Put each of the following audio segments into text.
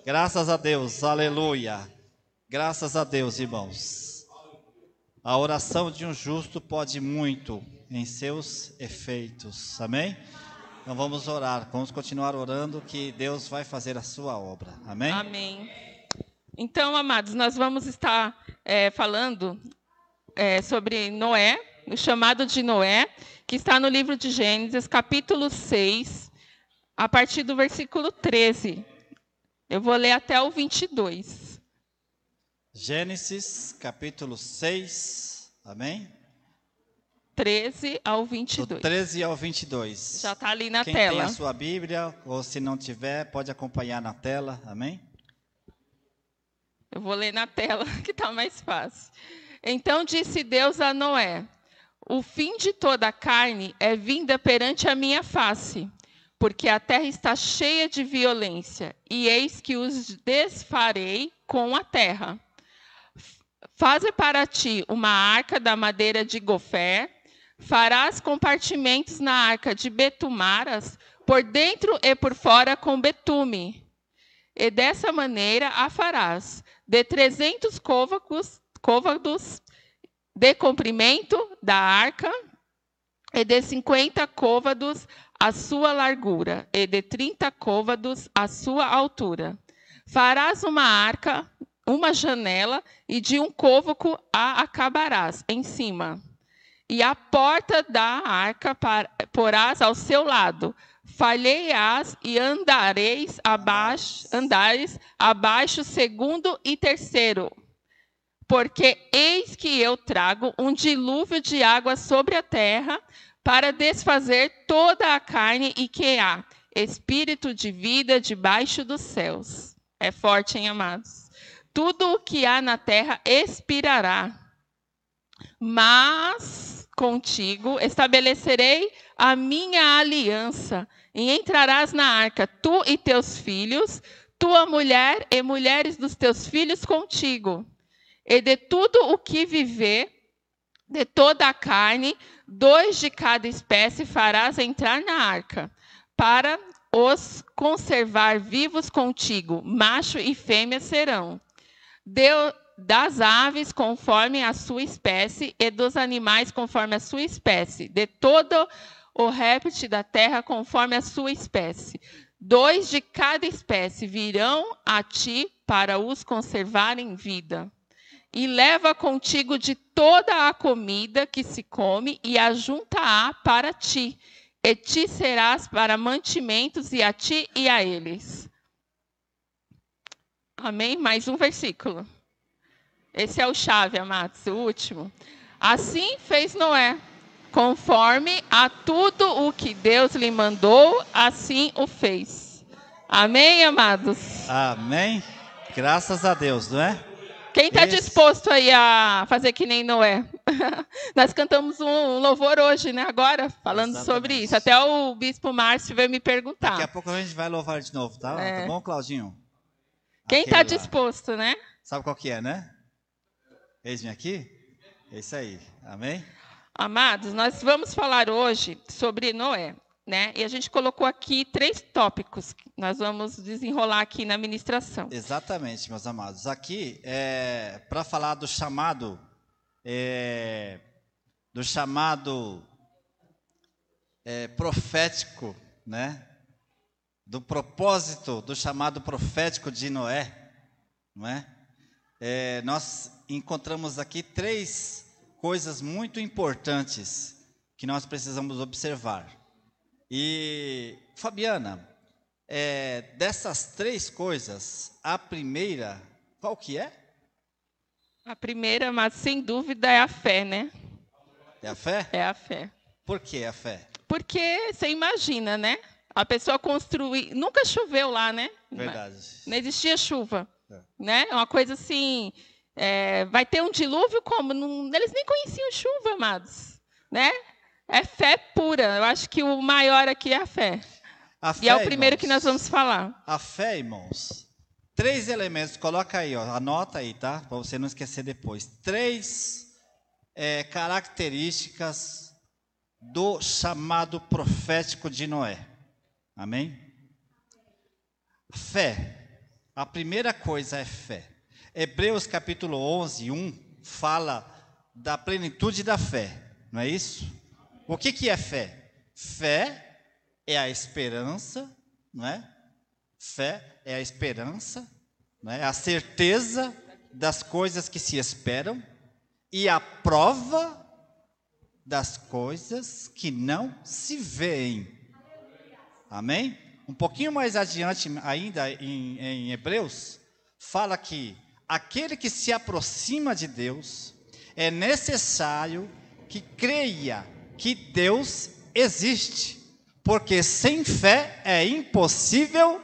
Graças a Deus, aleluia. Graças a Deus, irmãos. A oração de um justo pode muito em seus efeitos, amém? Então vamos orar, vamos continuar orando que Deus vai fazer a sua obra, amém? Amém. Então, amados, nós vamos estar falando sobre Noé, o chamado de Noé, que está no livro de Gênesis, capítulo 6, a partir do versículo 13. Eu vou ler até o 22. Gênesis, capítulo 6, amém? 13 ao 22. Do 13 ao 22. Já está ali na Quem tela. tem a sua Bíblia, ou se não tiver, pode acompanhar na tela, amém? Eu vou ler na tela, que está mais fácil. Então disse Deus a Noé: o fim de toda a carne é vinda perante a minha face, porque a terra está cheia de violência, e eis que os desfarei com a terra. Faze para ti uma arca da madeira de gofer, farás compartimentos na arca de betumaras, por dentro e por fora com betume. E dessa maneira a farás, de 300 côvados de comprimento da arca, e de 50 côvados a sua largura, e de 30 côvados a sua altura. Farás uma arca, uma janela, e de um côvado a acabarás em cima. E a porta da arca porás ao seu lado. Falhei-as e andares abaixo segundo e terceiro. Porque eis que eu trago um dilúvio de água sobre a terra para desfazer toda a carne e que há espírito de vida debaixo dos céus. É forte, hein, amados? Tudo o que há na terra expirará. Mas contigo estabelecerei a minha aliança, e entrarás na arca, tu e teus filhos, tua mulher e mulheres dos teus filhos contigo. E de tudo o que viver, de toda a carne, 2 de cada espécie farás entrar na arca, para os conservar vivos contigo, macho e fêmea serão. Das aves conforme a sua espécie, e dos animais conforme a sua espécie, de todo o réptil da terra conforme a sua espécie. 2 de cada espécie virão a ti para os conservar em vida. E leva contigo de toda a comida que se come, e ajunta-a para ti, e ti serás para mantimentos, e a ti e a eles. Amém? Mais um versículo. Esse é o chave, amados, o último. Assim fez Noé, conforme a tudo o que Deus lhe mandou, assim o fez. Amém, amados? Amém. Graças a Deus, não é? Quem está disposto aí a fazer que nem Noé? Nós cantamos um louvor hoje, né? Agora, falando sobre isso. Até o bispo Márcio veio me perguntar. Daqui a pouco a gente vai louvar de novo, tá? Tá bom, Claudinho? Quem está disposto, né? Sabe qual que é, né? Eis-me aqui? É isso aí. Amém? Amados, nós vamos falar hoje sobre Noé, né? E a gente colocou aqui 3 tópicos que nós vamos desenrolar aqui na ministração. Exatamente, meus amados. Aqui é para falar do chamado profético, né? Do propósito do chamado profético de Noé, não é? Nós encontramos aqui 3 coisas muito importantes que nós precisamos observar. E, Fabiana, dessas 3 coisas, a primeira, qual que é? A primeira, mas sem dúvida, é a fé, né? É a fé? É a fé. Por que a fé? Porque você imagina, né? A pessoa construir... Nunca choveu lá, né? Verdade. Não existia chuva. Né? É uma coisa assim... vai ter um dilúvio como? Eles nem conheciam chuva, amados. Né? É fé pura. Eu acho que o maior aqui é a fé. E é o primeiro, irmãos, que nós vamos falar. A fé, irmãos. 3 elementos. Coloca aí, ó, anota aí, tá? Para você não esquecer depois. 3 características do chamado profético de Noé. Amém? Fé. A primeira coisa é fé. Hebreus capítulo 11, 1, fala da plenitude da fé, não é isso? O que é fé? Fé é a esperança, não é? Fé é a esperança, não é? A certeza das coisas que se esperam e a prova das coisas que não se veem. Amém? Um pouquinho mais adiante, ainda em Hebreus, fala que aquele que se aproxima de Deus, é necessário que creia que Deus existe, porque sem fé é impossível.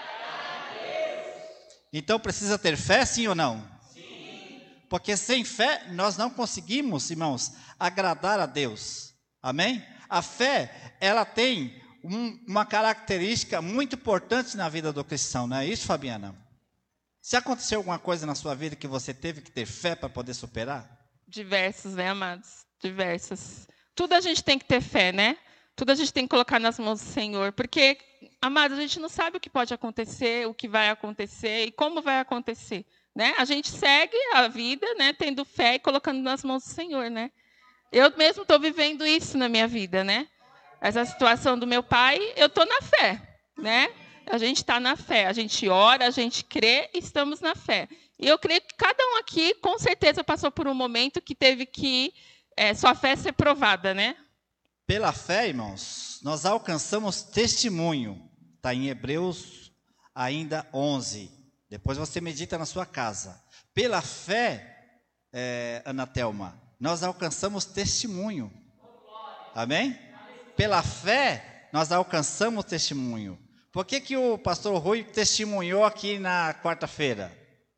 Então precisa ter fé, sim ou não? Sim. Porque sem fé nós não conseguimos, irmãos, agradar a Deus. Amém? A fé, ela tem uma característica muito importante na vida do cristão, não é isso, Fabiana? Se aconteceu alguma coisa na sua vida que você teve que ter fé para poder superar? Diversas, né, amados? Diversas. Tudo a gente tem que ter fé, né? Tudo a gente tem que colocar nas mãos do Senhor. Porque, amados, a gente não sabe o que pode acontecer, o que vai acontecer e como vai acontecer, né? A gente segue a vida, né, tendo fé e colocando nas mãos do Senhor, né? Eu mesmo estou vivendo isso na minha vida, né? Essa situação do meu pai, eu estou na fé, né? A gente está na fé, a gente ora, a gente crê, estamos na fé. E eu creio que cada um aqui, com certeza, passou por um momento que teve que sua fé ser provada, né? Pela fé, irmãos, nós alcançamos testemunho. Está em Hebreus ainda 11. Depois você medita na sua casa. Pela fé, Ana Thelma, nós alcançamos testemunho. Amém? Pela fé, nós alcançamos testemunho. Por que o pastor Rui testemunhou aqui na quarta-feira?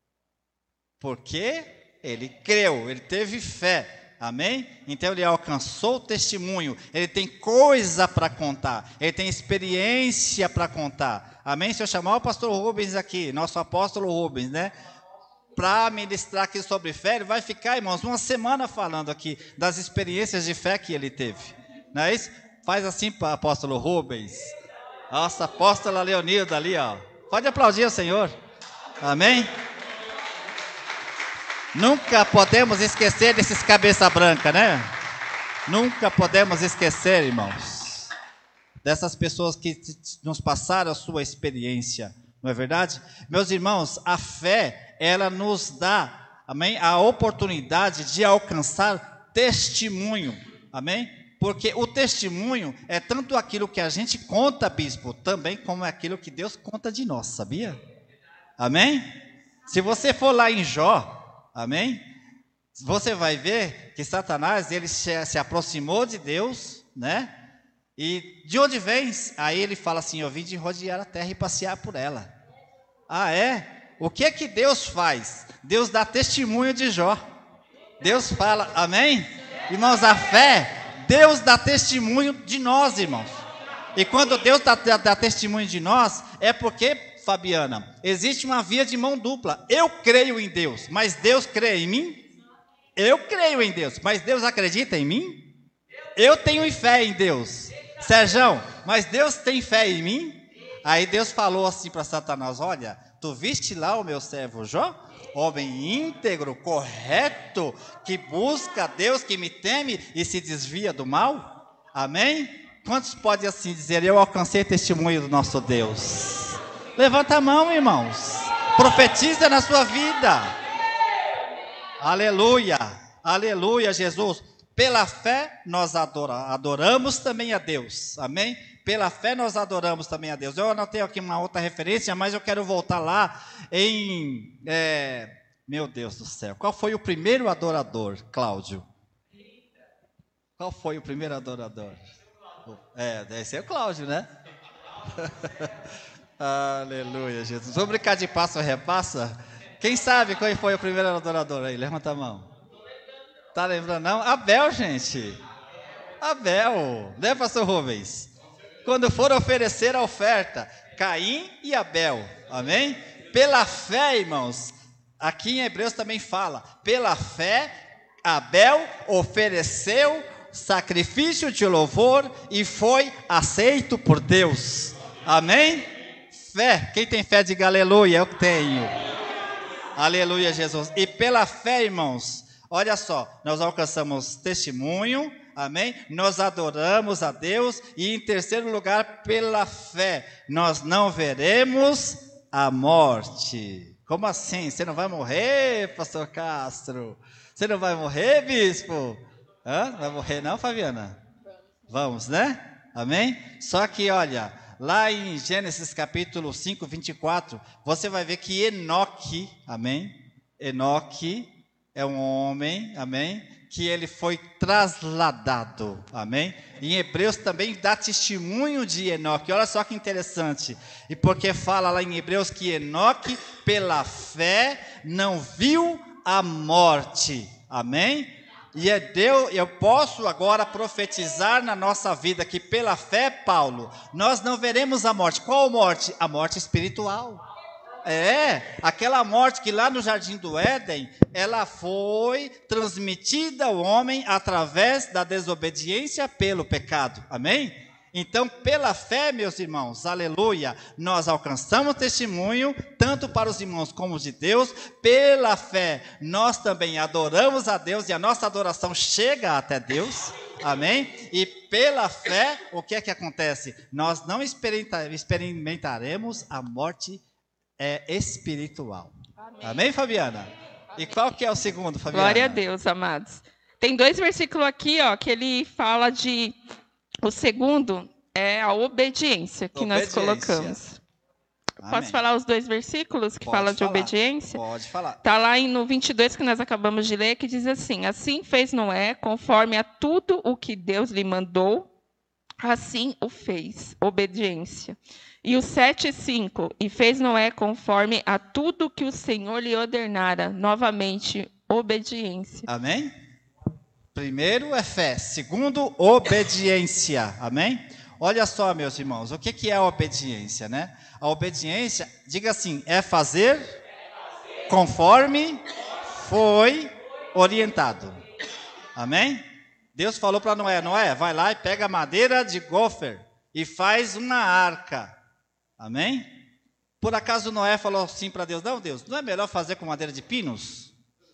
Porque ele creu, ele teve fé, amém? Então ele alcançou o testemunho, ele tem coisa para contar, ele tem experiência para contar, amém? Se eu chamar o pastor Rubens aqui, nosso apóstolo Rubens, né? Para ministrar aqui sobre fé, ele vai ficar, irmãos, uma semana falando aqui das experiências de fé que ele teve, não é isso? Faz assim para o apóstolo Rubens. Nossa apóstola Leonilda ali, ó. Pode aplaudir o Senhor. Amém? Nunca podemos esquecer desses cabeça branca, né? Nunca podemos esquecer, irmãos, dessas pessoas que nos passaram a sua experiência. Não é verdade? Meus irmãos, a fé, ela nos dá, amém, a oportunidade de alcançar testemunho. Amém? Porque o testemunho é tanto aquilo que a gente conta, bispo, também como é aquilo que Deus conta de nós, sabia? Amém? Se você for lá em Jó, amém? Você vai ver que Satanás, ele se aproximou de Deus, né? E de onde vens? Aí ele fala assim, eu vim de rodear a terra e passear por ela. Ah, é? O que é que Deus faz? Deus dá testemunho de Jó. Deus fala, amém? Irmãos, a fé... Deus dá testemunho de nós, irmãos. E quando Deus dá testemunho de nós, é porque, Fabiana, existe uma via de mão dupla. Eu creio em Deus, mas Deus crê em mim? Eu creio em Deus, mas Deus acredita em mim? Eu tenho fé em Deus. Sérgio, mas Deus tem fé em mim? Aí Deus falou assim para Satanás, olha, tu viste lá o meu servo Jó? Homem íntegro, correto, que busca Deus, que me teme e se desvia do mal? Amém? Quantos podem assim dizer, eu alcancei testemunho do nosso Deus? Levanta a mão, irmãos. Profetiza na sua vida. Aleluia, aleluia, Jesus. Pela fé nós adoramos também a Deus. Amém? Pela fé nós adoramos também a Deus. Eu anotei aqui uma outra referência, mas eu quero voltar lá em... meu Deus do céu. Qual foi o primeiro adorador, Cláudio? Qual foi o primeiro adorador? Deve ser o Cláudio, né? Aleluia, Jesus. Vamos brincar de passo a repassa? Quem sabe qual foi o primeiro adorador aí? Levanta a mão. Tá lembrando não? Abel, gente. Abel. Né, pastor Rubens? Quando for oferecer a oferta, Caim e Abel. Amém? Pela fé, irmãos. Aqui em Hebreus também fala. Pela fé, Abel ofereceu sacrifício de louvor e foi aceito por Deus. Amém? fé. Quem tem fé, diga aleluia, eu tenho. Aleluia, Jesus. E pela fé, irmãos, olha só, nós alcançamos testemunho, amém? Nós adoramos a Deus. E em terceiro lugar, pela fé, nós não veremos a morte. Como assim? Você não vai morrer, pastor Castro? Você não vai morrer, bispo? Hã? Vai morrer não, Fabiana? Vamos, né? Amém? Só que, olha, lá em Gênesis capítulo 5, 24, você vai ver que Enoque, amém? Enoque é um homem, amém? Que ele foi trasladado, amém? Em Hebreus também dá testemunho de Enoque, olha só que interessante. E porque fala lá em Hebreus que Enoque, pela fé, não viu a morte, amém? E eu posso agora profetizar na nossa vida que pela fé, Paulo, nós não veremos a morte. Qual morte? A morte espiritual. Aquela morte que lá no Jardim do Éden, ela foi transmitida ao homem através da desobediência pelo pecado. Amém? Então, pela fé, meus irmãos, aleluia, nós alcançamos testemunho, tanto para os irmãos como de Deus. Pela fé, nós também adoramos a Deus e a nossa adoração chega até Deus, amém? E pela fé, o que é que acontece? Nós não experimentaremos a morte espiritual. Amém, Fabiana? E qual que é o segundo, Fabiana? Glória a Deus, amados. Tem 2 versículos aqui, ó, que ele fala de... O segundo é a obediência que nós colocamos. Amém. Posso falar os 2 versículos que falam de obediência? Pode falar. Está lá no 22 que nós acabamos de ler, que diz assim: assim fez Noé, conforme a tudo o que Deus lhe mandou, assim o fez, obediência. E o 7:5, e fez Noé conforme a tudo que o Senhor lhe ordenara, novamente, obediência. Amém? Primeiro é fé, segundo, obediência, amém? Olha só, meus irmãos, o que é a obediência, né? A obediência, diga assim, é fazer conforme foi orientado, amém? Deus falou para Noé, Noé, vai lá e pega madeira de gofer e faz uma arca, amém? Por acaso Noé falou assim para Deus, não Deus, não é melhor fazer com madeira de pinos?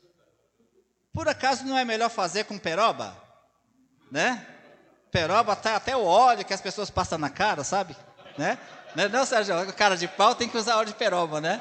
Por acaso não é melhor fazer com peroba? Né? Peroba tá até o óleo que as pessoas passam na cara, sabe? Né? Não, Sérgio, cara de pau tem que usar óleo de peroba, né?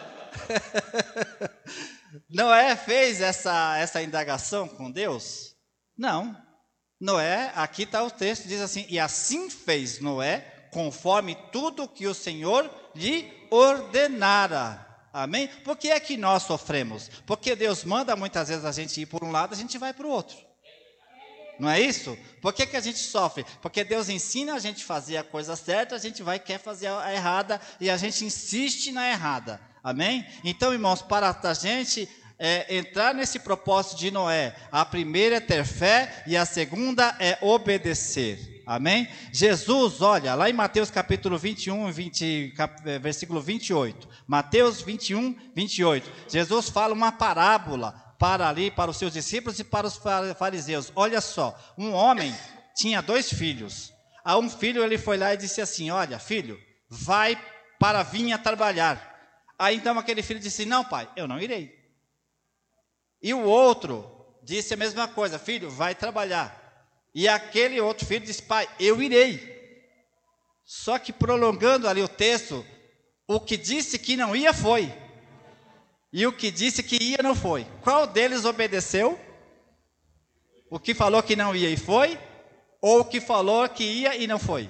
Noé fez essa indagação com Deus? Não. Noé, aqui está o texto, diz assim, e assim fez Noé, conforme tudo que o Senhor lhe ordenara. Amém? Por que é que nós sofremos? Porque Deus manda muitas vezes a gente ir por um lado, a gente vai para o outro. Não é isso? Por que que a gente sofre? Porque Deus ensina a gente a fazer a coisa certa, a gente quer fazer a errada e a gente insiste na errada. Amém? Então, irmãos, para a gente entrar nesse propósito de Noé, a primeira é ter fé e a segunda é obedecer. Amém? Jesus, olha, lá em Mateus capítulo 21, versículo 28. Mateus 21, 28. Jesus fala uma parábola para os seus discípulos e para os fariseus. Olha só, um homem tinha 2 filhos. A um filho ele foi lá e disse assim, olha, filho, vai para a vinha trabalhar. Aí então aquele filho disse, não pai, eu não irei. E o outro disse a mesma coisa, filho, vai trabalhar. E aquele outro filho disse, pai, eu irei. Só que prolongando ali o texto, o que disse que não ia foi. E o que disse que ia não foi. Qual deles obedeceu? O que falou que não ia e foi? Ou o que falou que ia e não foi?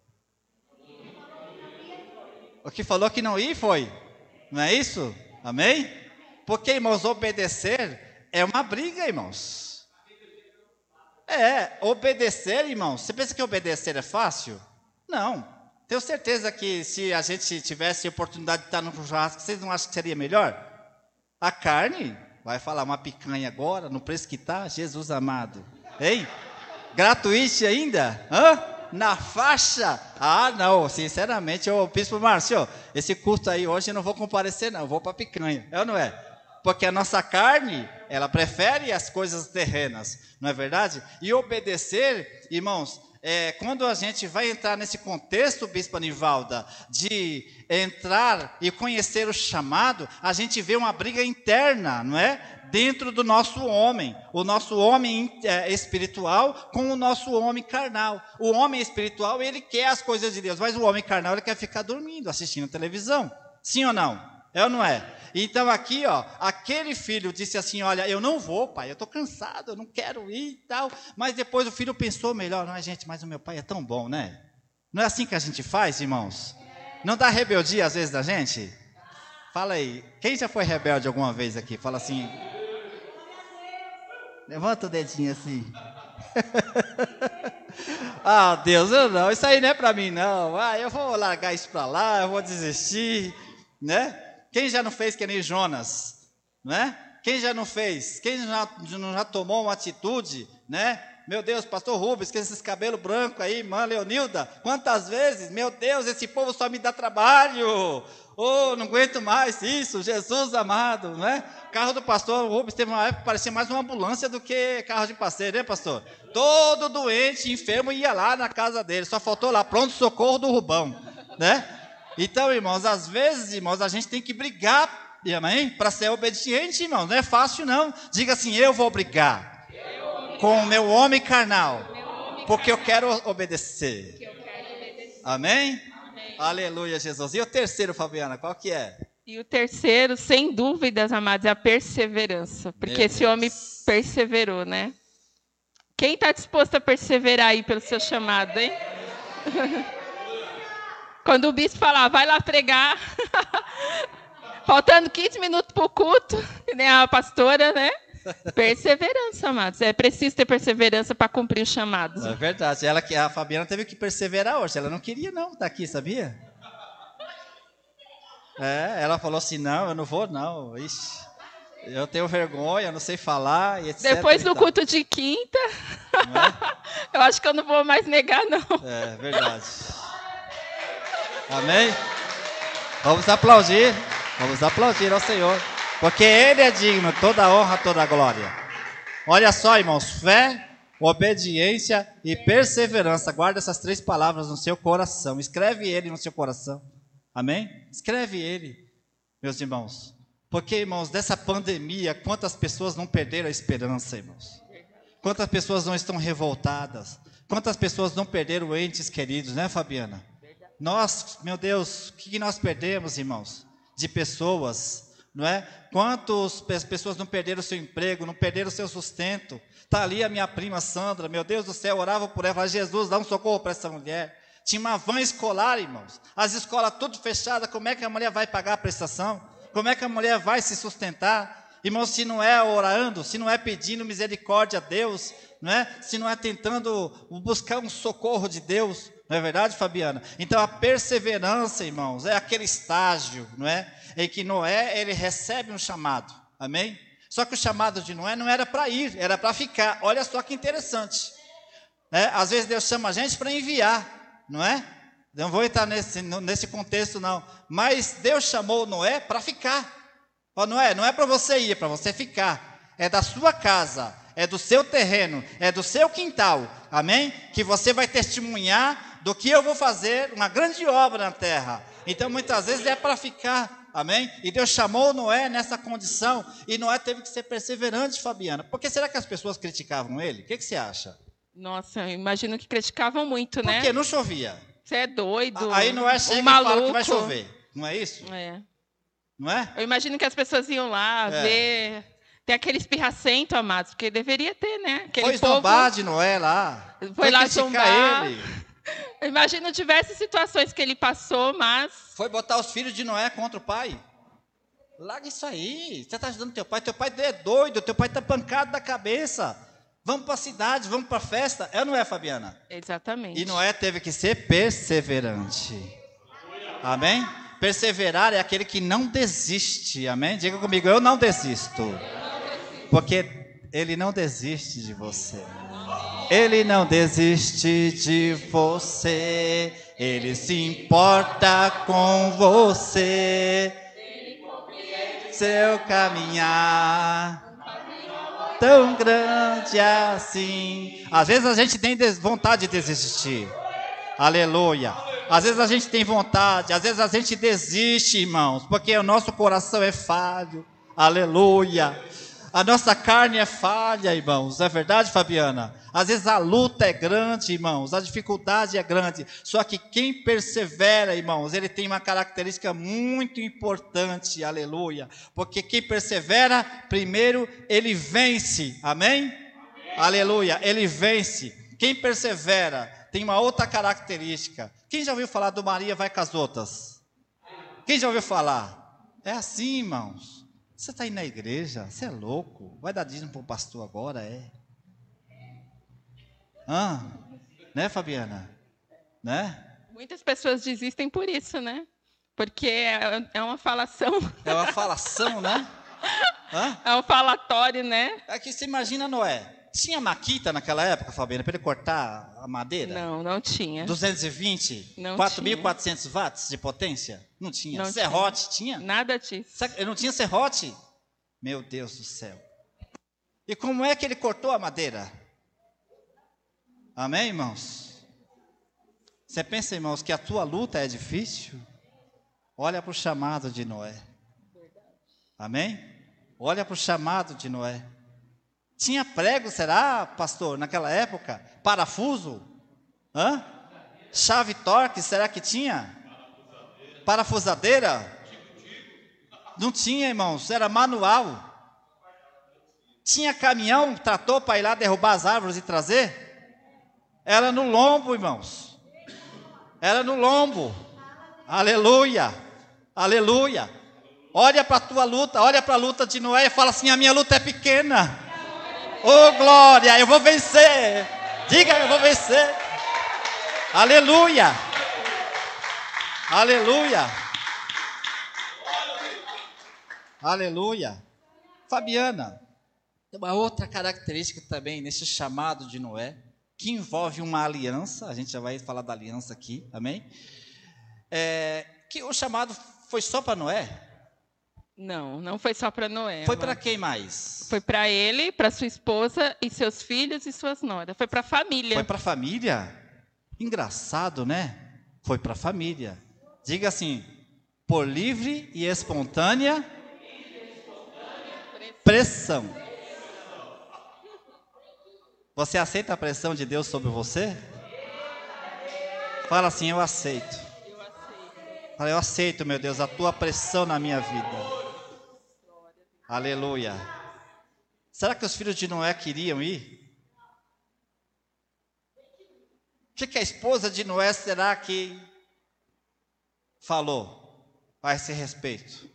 O que falou que não ia e foi. Não é isso? Amém? Porque, irmãos, obedecer é uma briga, irmãos. Obedecer, irmãos. Você pensa que obedecer é fácil? Não. Tenho certeza que se a gente tivesse a oportunidade de estar no churrasco, vocês não acham que seria melhor? A carne, vai falar uma picanha agora, no preço que está, Jesus amado. Hein? Gratuito ainda? Hã? Na faixa? Ah, não, sinceramente, Bispo Márcio, esse culto aí hoje eu não vou comparecer não, eu vou para a picanha. É ou não é? Porque a nossa carne, ela prefere as coisas terrenas, não é verdade? E obedecer, irmãos, quando a gente vai entrar nesse contexto, Bispa Nivalda, de entrar e conhecer o chamado, a gente vê uma briga interna, não é? Dentro do nosso homem, o nosso homem espiritual com o nosso homem carnal. O homem espiritual, ele quer as coisas de Deus, mas o homem carnal, ele quer ficar dormindo, assistindo televisão. Sim ou não? É ou não é? Então aqui, ó, aquele filho disse assim, olha, eu não vou, pai, eu estou cansado, eu não quero ir e tal. Mas depois o filho pensou melhor, não é, gente, mas o meu pai é tão bom, né? Não é assim que a gente faz, irmãos? Não dá rebeldia às vezes da gente? Fala aí, quem já foi rebelde alguma vez aqui? Fala assim... Levanta o dedinho assim. Ah, Deus, eu não. Isso aí não é para mim, não. Ah, eu vou largar isso para lá, eu vou desistir, né? Quem já não fez que nem Jonas, né? Quem já não fez? Quem já tomou uma atitude, né? Meu Deus, pastor Rubens, que esses cabelos brancos aí, irmã Leonilda, quantas vezes? Meu Deus, esse povo só me dá trabalho. Oh, não aguento mais isso, Jesus amado, né? Carro do pastor Rubens teve uma época que parecia mais uma ambulância do que carro de passeio, né, pastor? Todo doente, enfermo, ia lá na casa dele, só faltou lá, pronto socorro do Rubão, né? Então, irmãos, às vezes, irmãos, a gente tem que brigar, amém? Para ser obediente, irmãos, não é fácil não. Diga assim, eu vou brigar com o meu homem carnal, porque eu quero obedecer. Amém? Aleluia, Jesus. E o terceiro, Fabiana, qual que é? E o terceiro, sem dúvidas, amados, é a perseverança. Porque esse homem perseverou, né? Quem está disposto a perseverar aí pelo seu chamado, hein? Quando o bispo falar, vai lá pregar. Faltando 15 minutos para o culto, né? A pastora, né? Perseverança, amados. É preciso ter perseverança para cumprir os chamados. É verdade. A Fabiana teve que perseverar hoje. Ela não queria não estar aqui, sabia? Ela falou assim, não, eu não vou não. Ixi, eu tenho vergonha, eu não sei falar, e etc. Depois do culto de quinta, eu acho que eu não vou mais negar, não. É verdade. Amém? Vamos aplaudir ao Senhor. Porque Ele é digno de toda a honra, toda a glória. Olha só, irmãos, fé, obediência e perseverança. Guarda essas 3 palavras no seu coração. Escreve ele no seu coração. Amém? Escreve ele, meus irmãos. Porque, irmãos, dessa pandemia, quantas pessoas não perderam a esperança, irmãos? Quantas pessoas não estão revoltadas? Quantas pessoas não perderam entes queridos, né, Fabiana? Nós, meu Deus, o que nós perdemos, irmãos? De pessoas... Não é? Quantas pessoas não perderam o seu emprego, não perderam o seu sustento? Está ali a minha prima Sandra, meu Deus do céu, orava por ela, Jesus, dá um socorro para essa mulher. Tinha uma van escolar, irmãos, as escolas tudo fechadas, como é que a mulher vai pagar a prestação? Como é que a mulher vai se sustentar? Irmãos, se não é orando, se não é pedindo misericórdia a Deus, não é? Se não é tentando buscar um socorro de Deus, não é verdade, Fabiana? Então a perseverança, irmãos, é aquele estágio, não é? Em que Noé, ele recebe um chamado, amém? Só que o chamado de Noé não era para ir, era para ficar. Olha só que interessante, né? Às vezes Deus chama a gente para enviar, não é? Não vou entrar nesse contexto não, mas Deus chamou Noé para ficar. Ó, Noé, não é para você ir, é para você ficar, é da sua casa, é do seu terreno, é do seu quintal, amém? Que você vai testemunhar do que eu vou fazer, uma grande obra na terra. Então muitas vezes é para ficar. Amém? E Deus chamou Noé nessa condição. E Noé teve que ser perseverante, Fabiana. Por que será que as pessoas criticavam ele? O que você acha? Nossa, eu imagino que criticavam muito, né? Porque não chovia. Você é doido. Aí Noé chega e fala que vai chover. Não é isso? É. Não é? Eu imagino que as pessoas iam lá ver. Tem aquele espirracento, amados, porque deveria ter, né? Foi zombar de Noé lá. Foi lá zombar ele. Eu imagino diversas situações que ele passou, mas... Foi botar os filhos de Noé contra o pai. Larga isso aí. Você está ajudando teu pai é doido, teu pai está pancado da cabeça. Vamos para a cidade, vamos para a festa. É ou não é, Fabiana? Exatamente. E Noé teve que ser perseverante. Amém? Perseverar é aquele que não desiste. Amém? Diga comigo, eu não desisto. Porque ele não desiste de você. Ele não desiste de você, Ele se importa com você, seu caminhar. tão grande assim. Às vezes a gente tem vontade de desistir. Aleluia. Às vezes a gente tem vontade, às vezes a gente desiste, irmãos, porque o nosso coração é falho. Aleluia. A nossa carne é falha, irmãos. Não é verdade, Fabiana? Às vezes a luta é grande, irmãos. A dificuldade é grande. Só que quem persevera, irmãos, ele tem uma característica muito importante. Aleluia. Porque quem persevera, primeiro, ele vence. Amém? Amém. Aleluia. Ele vence. Quem persevera tem uma outra característica. Quem já ouviu falar do Maria vai com as outras? Quem já ouviu falar? É assim, irmãos. Você está indo na igreja? Você é louco? Vai dar dízimo para o pastor agora? Né, Fabiana? Né? Muitas pessoas desistem por isso, né? Porque é uma falação. É uma falação, né? É um falatório, né? É que você imagina Noé. Tinha maquita naquela época, Fabiana, para ele cortar a madeira? Não tinha. 220? Não 4.400 watts de potência? Não tinha. Não serrote tinha? Nada disso. Não tinha serrote? Meu Deus do céu. E como é que ele cortou a madeira? Amém, irmãos? Você pensa, irmãos, que a tua luta é difícil? Olha para o chamado de Noé. Amém? Olha para o chamado de Noé. Tinha prego, será, pastor, naquela época? Parafuso? Chave torque, será que tinha? Parafusadeira? Não tinha, irmãos, era manual. Tinha caminhão, trator para ir lá derrubar as árvores e trazer? Era no lombo, irmãos. Era no lombo. Aleluia, aleluia. Olha para a tua luta, olha para a luta de Noé e fala assim: a minha luta é pequena. Oh, glória, eu vou vencer. Diga, eu vou vencer. Aleluia. Aleluia. Aleluia. Fabiana, tem uma outra característica também nesse chamado de Noé, que envolve uma aliança. A gente já vai falar da aliança aqui, amém? Que o chamado foi só para Noé? Não foi só para Noé. Foi para quem mais? Foi para ele, para sua esposa e seus filhos e suas noras. Foi para a família. Foi para a família? Engraçado, né? Foi para a família. Diga assim: por livre e espontânea pressão. Você aceita a pressão de Deus sobre você? Fala assim: eu aceito. Fala: eu aceito, meu Deus, a tua pressão na minha vida. Aleluia. Será que os filhos de Noé queriam ir? O que a esposa de Noé será que falou a esse respeito?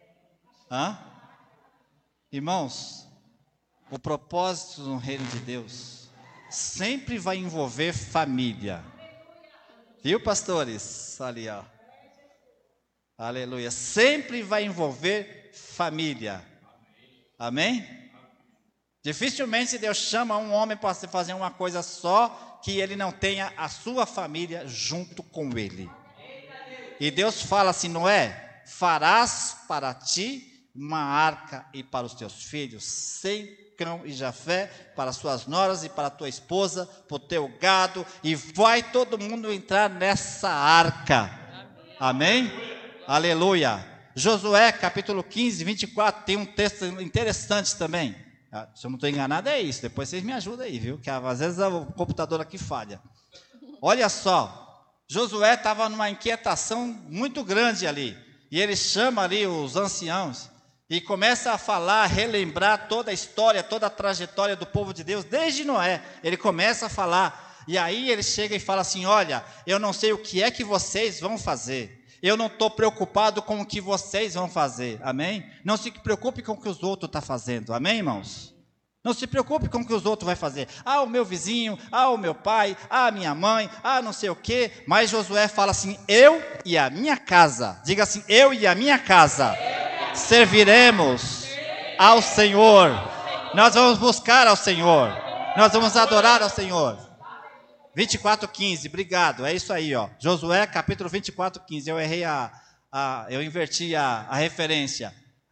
Irmãos, o propósito no reino de Deus sempre vai envolver família. Viu, pastores? Ali, ó. Aleluia. Sempre vai envolver família. Amém? Dificilmente Deus chama um homem para fazer uma coisa só, que ele não tenha a sua família junto com ele. E Deus fala assim: Noé, farás para ti uma arca e para os teus filhos, Sem, Cão e Jafé, para suas noras e para a tua esposa, para o teu gado, e vai todo mundo entrar nessa arca. Amém? Aleluia. Josué capítulo 15, 24, tem um texto interessante também. Se eu não estou enganado é isso, depois vocês me ajudam aí, viu? Que às vezes o computador aqui falha. Olha só, Josué estava numa inquietação muito grande ali, e ele chama ali os anciãos, e começa a falar, a relembrar toda a história, toda a trajetória do povo de Deus, desde Noé. Ele começa a falar, e aí ele chega e fala assim: olha, eu não sei o que é que vocês vão fazer, eu não estou preocupado com o que vocês vão fazer, amém? Não se preocupe com o que os outros estão fazendo, amém, irmãos? Não se preocupe com o que os outros vão fazer. O meu vizinho, o meu pai, a minha mãe, não sei o quê. Mas Josué fala assim: eu e a minha casa. Diga assim: eu e a minha casa serviremos ao Senhor. Nós vamos buscar ao Senhor. Nós vamos adorar ao Senhor. 24:15, obrigado, é isso aí, ó. Josué capítulo 24:15, eu errei eu inverti a referência.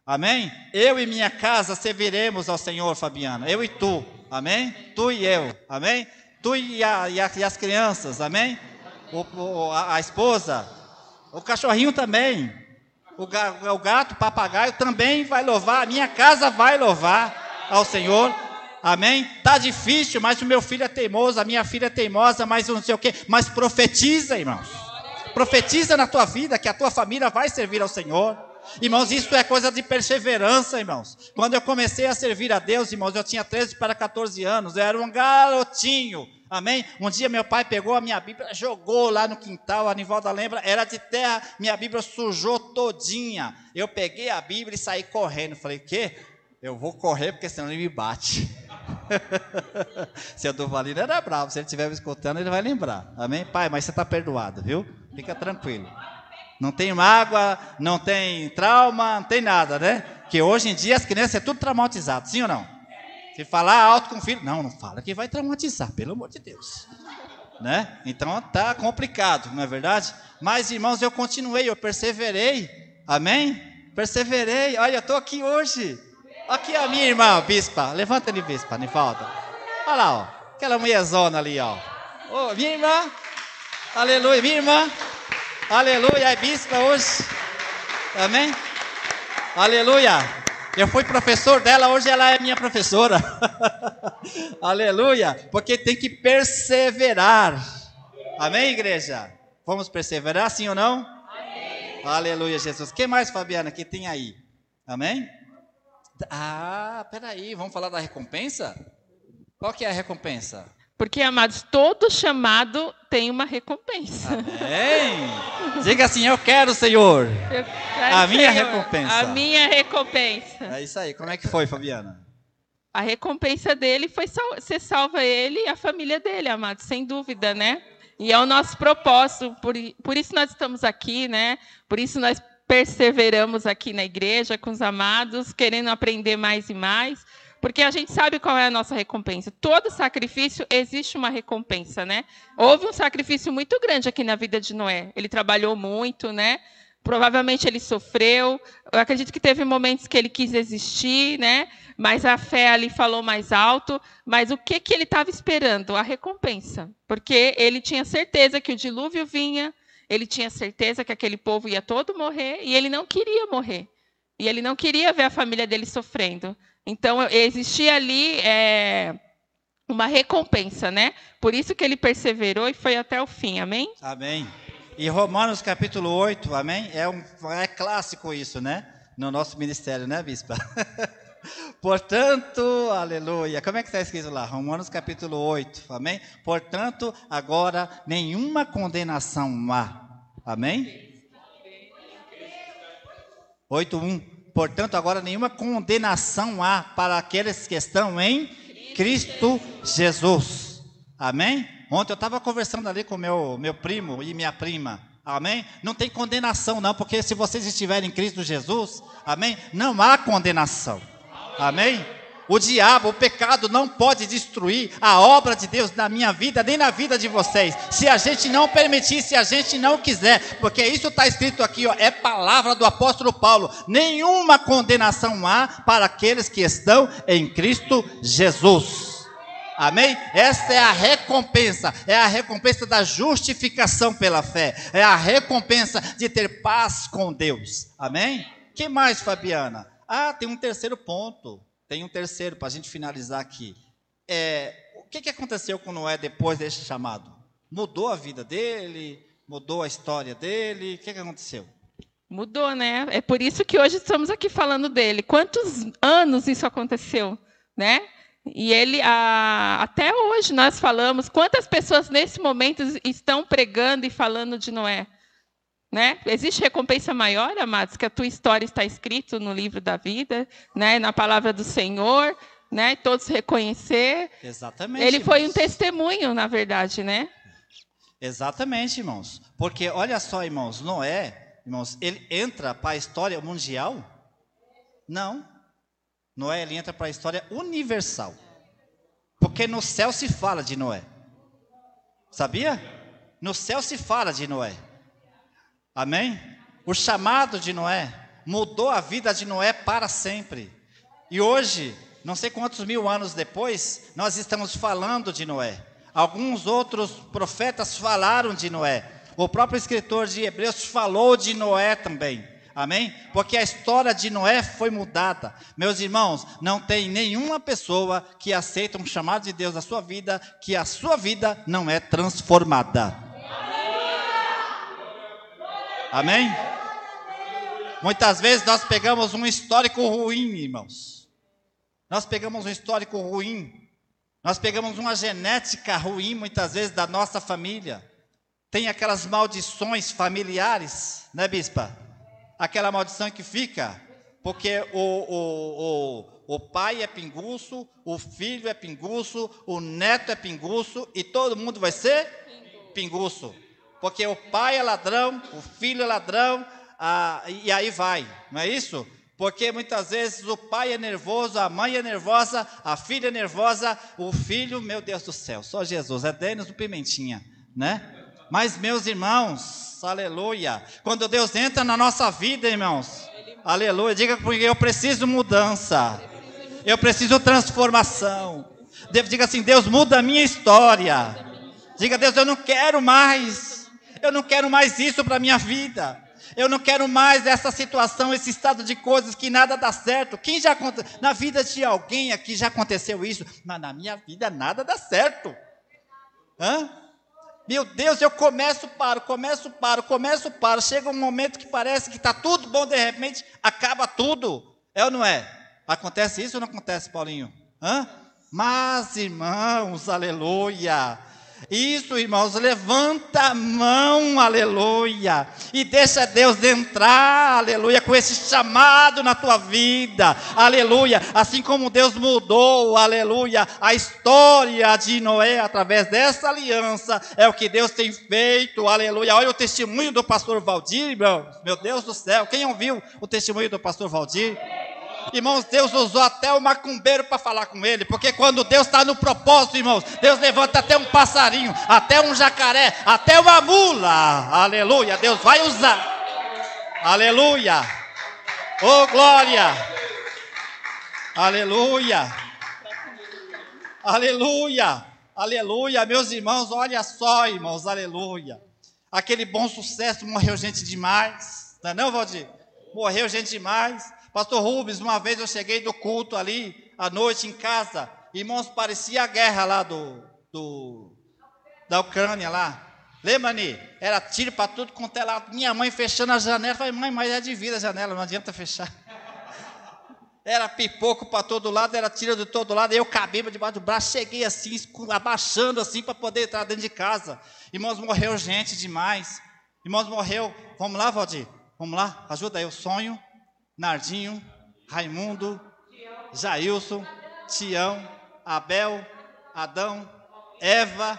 Amém? Eu e minha casa serviremos ao Senhor, Fabiana. Eu e tu. Amém? Tu e eu. Amém? Tu e as crianças. Amém? A esposa. O cachorrinho também. O gato, o papagaio também vai louvar. A minha casa vai louvar ao Senhor. Amém? Tá difícil, mas o meu filho é teimoso. A minha filha é teimosa, mas não sei o quê. Mas profetiza, irmãos. Profetiza na tua vida que a tua família vai servir ao Senhor. Irmãos, isso é coisa de perseverança, irmãos. Quando eu comecei a servir a Deus, irmãos, eu tinha 13 para 14 anos, eu era um garotinho, amém? Um dia meu pai pegou a minha Bíblia, jogou lá no quintal, a Nivalda lembra, era de terra, minha Bíblia sujou todinha. Eu peguei a Bíblia e saí correndo, falei, quê? Eu vou correr porque senão ele me bate. Seu Duvalino era bravo, se ele estiver me escutando, ele vai lembrar, amém? Pai, mas você está perdoado, viu? Fica tranquilo. Não tem mágoa, não tem trauma, não tem nada, né? Que hoje em dia as crianças é tudo traumatizado, sim ou não? Se falar alto com o filho, não fala que vai traumatizar, pelo amor de Deus. Né? Então tá complicado, não é verdade? Mas irmãos, eu continuei, eu perseverei, amém? Perseverei, olha, eu estou aqui hoje. Aqui a minha irmã, bispa, levanta ali, bispa, Nivalda. Olha lá, ó, aquela mulherzona ali, ó. Ô, minha irmã, aleluia, minha irmã. Aleluia, é bispa hoje. Amém? Aleluia. Eu fui professor dela, hoje ela é minha professora. Aleluia. Porque tem que perseverar. Amém, igreja? Vamos perseverar, sim ou não? Amém. Aleluia, Jesus. O que mais, Fabiana, que tem aí? Amém? Peraí, vamos falar da recompensa? Qual que é a recompensa? Porque, amados, todo chamado tem uma recompensa. Amém. Diga assim, eu quero, Senhor. Eu quero, a minha Senhor, recompensa. A minha recompensa. É isso aí. Como é que foi, Fabiana? A recompensa dele foi ser salva ele e a família dele, amados, sem dúvida, né? E é o nosso propósito, por isso nós estamos aqui, né? Por isso nós perseveramos aqui na igreja com os amados, querendo aprender mais e mais. Porque a gente sabe qual é a nossa recompensa. Todo sacrifício existe uma recompensa, né? Houve um sacrifício muito grande aqui na vida de Noé. Ele trabalhou muito, né? Provavelmente ele sofreu. Eu acredito que teve momentos que ele quis existir, né? Mas a fé ali falou mais alto. Mas o que ele estava esperando? A recompensa. Porque ele tinha certeza que o dilúvio vinha, ele tinha certeza que aquele povo ia todo morrer, e ele não queria morrer. E ele não queria ver a família dele sofrendo. Então, existia ali uma recompensa, né? Por isso que ele perseverou e foi até o fim, amém? Amém. E Romanos capítulo 8, amém? É clássico isso, né? No nosso ministério, né, bispa? Portanto, aleluia. Como é que está escrito lá? Romanos capítulo 8, amém? Portanto, agora nenhuma condenação há, amém? 8:1. Portanto, agora nenhuma condenação há para aqueles que estão em Cristo Jesus. Amém? Ontem eu estava conversando ali com meu primo e minha prima. Amém? Não tem condenação não, porque se vocês estiverem em Cristo Jesus, amém? Não há condenação. Amém? O diabo, o pecado não pode destruir a obra de Deus na minha vida, nem na vida de vocês. Se a gente não permitir, se a gente não quiser. Porque isso está escrito aqui, ó, é palavra do apóstolo Paulo. Nenhuma condenação há para aqueles que estão em Cristo Jesus. Amém? Essa é a recompensa da justificação pela fé. É a recompensa de ter paz com Deus. Amém? Que mais, Fabiana? Tem um terceiro ponto. Tem um terceiro para a gente finalizar aqui. O que aconteceu com Noé depois desse chamado? Mudou a vida dele? Mudou a história dele? O que aconteceu? Mudou, né? É por isso que hoje estamos aqui falando dele. Quantos anos isso aconteceu, né? E ele, até hoje nós falamos, quantas pessoas nesse momento estão pregando e falando de Noé? Né? Existe recompensa maior, amados, que a tua história está escrita no livro da vida, né? Na palavra do Senhor, né? Todos reconhecer. Exatamente. Ele foi um testemunho, na verdade, né? Exatamente, irmãos. Porque olha só, irmãos, Noé, irmãos, ele entra para a história mundial? Não. Noé, ele entra para a história universal. Porque no céu se fala de Noé. Sabia? No céu se fala de Noé. Amém? O chamado de Noé, mudou a vida de Noé para sempre. E hoje, não sei quantos mil anos depois, nós estamos falando de Noé. Alguns outros profetas falaram de Noé. O próprio escritor de Hebreus falou de Noé também. Amém? Porque a história de Noé foi mudada. Meus irmãos, não tem nenhuma pessoa que aceita um chamado de Deus na sua vida, que a sua vida não é transformada. Amém? Muitas vezes nós pegamos um histórico ruim, irmãos. Nós pegamos um histórico ruim. Nós pegamos uma genética ruim, muitas vezes, da nossa família. Tem aquelas maldições familiares, né, bispa? Aquela maldição que fica, porque o pai é pinguço, o filho é pinguço, o neto é pinguço, e todo mundo vai ser pinguço. Porque o pai é ladrão, o filho é ladrão, e aí vai, não é isso? Porque muitas vezes o pai é nervoso, a mãe é nervosa, a filha é nervosa, o filho, meu Deus do céu, só Jesus, é Denis do Pimentinha, né? Mas meus irmãos, aleluia, quando Deus entra na nossa vida, irmãos, aleluia, diga comigo, eu preciso mudança, eu preciso transformação. Diga assim, Deus muda a minha história. Diga, Deus, eu não quero mais isso para a minha vida. Eu não quero mais essa situação, esse estado de coisas que nada dá certo. Quem já na vida de alguém aqui já aconteceu isso? Mas na minha vida nada dá certo. Meu Deus, eu começo, paro. Chega um momento que parece que está tudo bom, de repente acaba tudo. É ou não é? Acontece isso ou não acontece, Paulinho? Mas, irmãos, aleluia. Isso, irmãos, levanta a mão, aleluia, e deixa Deus entrar, aleluia, com esse chamado na tua vida, aleluia, assim como Deus mudou, aleluia, a história de Noé através dessa aliança, é o que Deus tem feito, aleluia. Olha o testemunho do pastor Valdir, irmãos, meu Deus do céu, quem ouviu o testemunho do pastor Valdir? Irmãos, Deus usou até o macumbeiro para falar com ele, porque quando Deus está no propósito, irmãos, Deus levanta até um passarinho, até um jacaré, até uma mula, aleluia, Deus vai usar, aleluia, oh glória, aleluia, aleluia, aleluia, meus irmãos, olha só, irmãos, aleluia, aquele Bom Sucesso morreu gente demais, não é não, Valdir? Morreu gente demais. Pastor Rubens, uma vez eu cheguei do culto ali, à noite em casa, irmãos, parecia a guerra lá da Ucrânia lá. Lembra, Ni? Era tiro para tudo quanto é lá. Minha mãe fechando a janela, falei, mãe, mas é de vida a janela, não adianta fechar. Era pipoco para todo lado, era tiro de todo lado, eu cabia debaixo do braço, cheguei assim, abaixando assim, para poder entrar dentro de casa. Irmãos, morreu gente demais. Irmãos, morreu, vamos lá, Valdir, vamos lá, ajuda aí, o sonho. Nardinho, Raimundo, Jailson, Tião, Abel, Adão, Eva,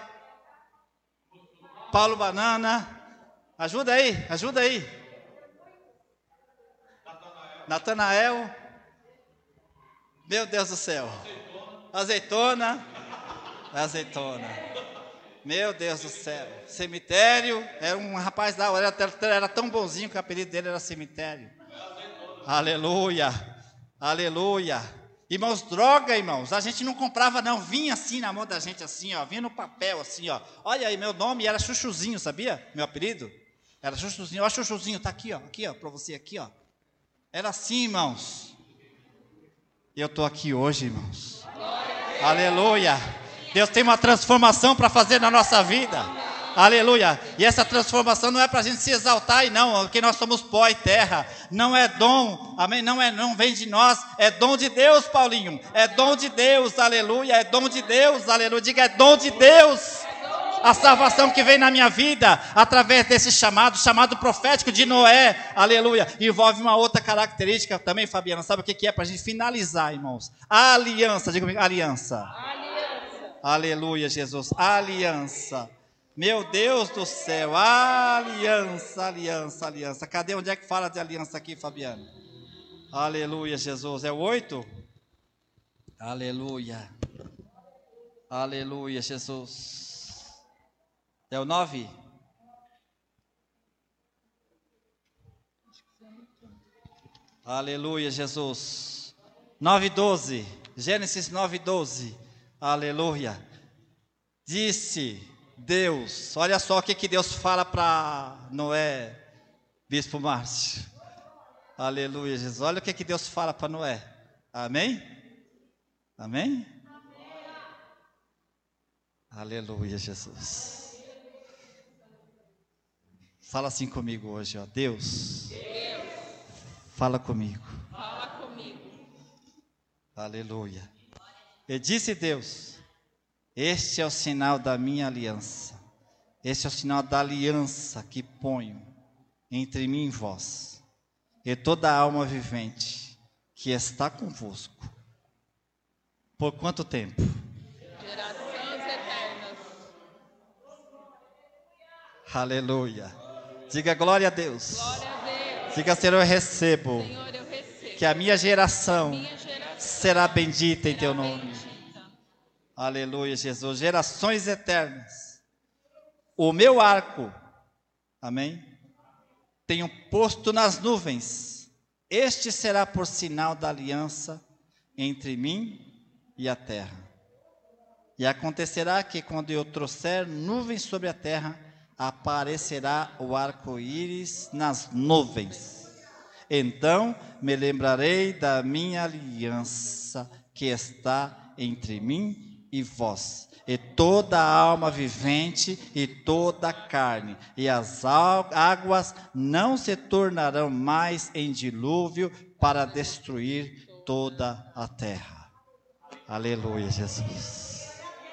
Paulo Banana, ajuda aí, Natanael, meu Deus do céu, Azeitona, meu Deus do céu, Cemitério, era um rapaz da hora, era tão bonzinho que o apelido dele era Cemitério. Aleluia, aleluia. Irmãos, droga, irmãos, a gente não comprava não, vinha assim na mão da gente assim, ó, vinha no papel assim, ó. Olha aí, meu nome era Chuchuzinho, sabia? Meu apelido era Chuchuzinho. Ó, Chuchuzinho, tá aqui, ó, para você aqui, ó. Era assim, irmãos. E eu tô aqui hoje, irmãos. Aleluia. Deus tem uma transformação para fazer na nossa vida. Aleluia, e essa transformação não é para a gente se exaltar, e não, porque nós somos pó e terra, não é dom, amém, não vem de nós, é dom de Deus, Paulinho, é dom de Deus, aleluia, é dom de Deus, aleluia, diga, é dom de Deus, a salvação que vem na minha vida, através desse chamado profético de Noé, aleluia, envolve uma outra característica também, Fabiana, sabe o que é para a gente finalizar, irmãos? A aliança, diga comigo, aliança, aleluia, Jesus, aliança. Meu Deus do céu, aliança. Cadê, onde é que fala de aliança aqui, Fabiano? Aleluia, Jesus, é o 8? Aleluia, Jesus. É o 9? Aleluia, Jesus. 9:12. Gênesis 9:12. Aleluia. Disse Deus, olha só o que Deus fala para Noé, Bispo Márcio. Aleluia, Jesus. Olha o que Deus fala para Noé. Amém? Amém? Aleluia, Jesus. Fala assim comigo hoje, ó. Deus, fala comigo. Fala comigo. Aleluia. E disse Deus: este é o sinal da minha aliança. Este é o sinal da aliança que ponho entre mim e vós, e toda a alma vivente que está convosco. Por quanto tempo? Gerações eternas. Aleluia. Diga glória a Deus. Glória a Deus. Diga, Senhor, eu recebo. Senhor, eu recebo. Que a minha geração Minha geração será bendita em teu será nome. bendita. Aleluia, Jesus. Gerações eternas. O meu arco, amém, tenho posto nas nuvens. Este será por sinal da aliança entre mim e a terra. E acontecerá que quando eu trouxer nuvens sobre a terra, aparecerá o arco-íris nas nuvens. Então me lembrarei da minha aliança que está entre mim e vós, e toda a alma vivente e toda a carne, e as águas não se tornarão mais em dilúvio para destruir toda a terra. Aleluia, Jesus.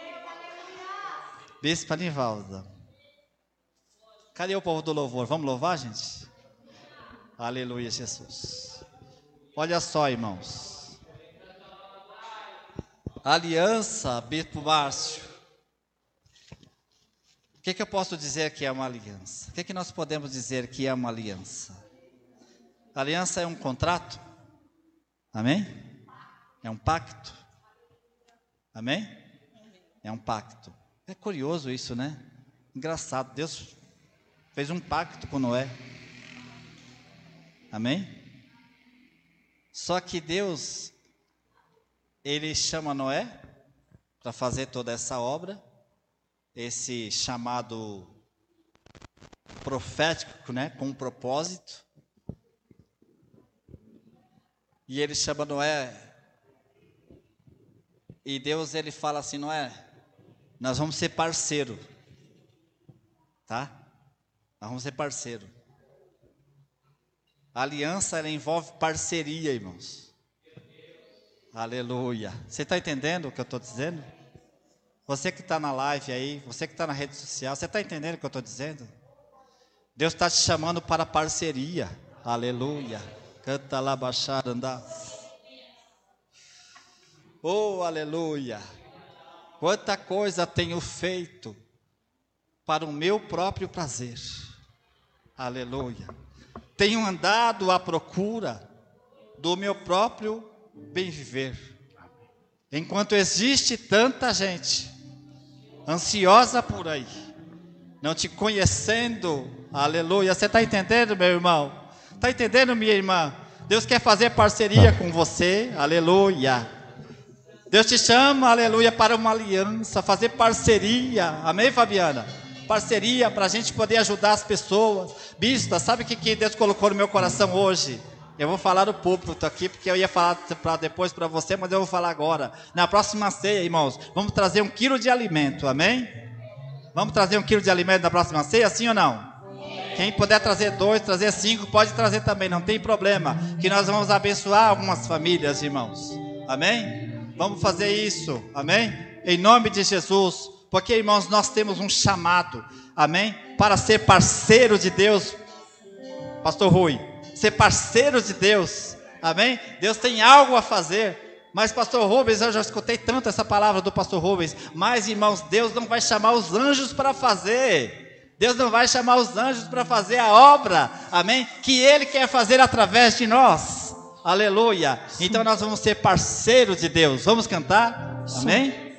Bispa Nivalda, cadê o povo do louvor? Vamos louvar, gente? Aleluia, Jesus. Olha só, irmãos. Aliança, Bispo Márcio. O que eu posso dizer que é uma aliança? O que nós podemos dizer que é uma aliança? Aliança é um contrato? Amém? É um pacto? Amém? É um pacto. É curioso isso, né? Engraçado. Deus fez um pacto com Noé. Amém? Só que Deus, Ele chama Noé para fazer toda essa obra, esse chamado profético, né, com um propósito. E Ele chama Noé, e Deus, Ele fala assim: Noé, nós vamos ser parceiro, tá? Nós vamos ser parceiro. A aliança, ela envolve parceria, irmãos. Aleluia. Você está entendendo o que eu estou dizendo? Você que está na live aí, você que está na rede social, você está entendendo o que eu estou dizendo? Deus está te chamando para parceria. Aleluia. Canta lá, baixar, andar. Oh, aleluia. Quanta coisa tenho feito para o meu próprio prazer. Aleluia. Tenho andado à procura do meu próprio bem viver. Enquanto existe tanta gente ansiosa por aí, não te conhecendo, aleluia. Você está entendendo, meu irmão? Está entendendo, minha irmã? Deus quer fazer parceria com você, aleluia. Deus te chama, aleluia, para uma aliança, fazer parceria, amém, Fabiana? Parceria para a gente poder ajudar as pessoas. Bispa, sabe o que Deus colocou no meu coração hoje? Eu vou falar no púlpito aqui, porque eu ia falar depois para você, mas eu vou falar agora. Na próxima ceia, irmãos, vamos trazer 1 quilo de alimento, amém? Vamos trazer 1 quilo de alimento na próxima ceia, sim ou não? Sim. Quem puder trazer 2, trazer 5, pode trazer também, não tem problema. Que nós vamos abençoar algumas famílias, irmãos, amém? Vamos fazer isso, amém? Em nome de Jesus. Porque, irmãos, nós temos um chamado, amém? Para ser parceiro de Deus, Pastor Rui, ser parceiro de Deus, amém? Deus tem algo a fazer, mas Pastor Rubens, eu já escutei tanto essa palavra do Pastor Rubens, mas, irmãos, Deus não vai chamar os anjos para fazer, Deus não vai chamar os anjos para fazer a obra, amém? Que Ele quer fazer através de nós, aleluia. Então nós vamos ser parceiros de Deus, vamos cantar, amém?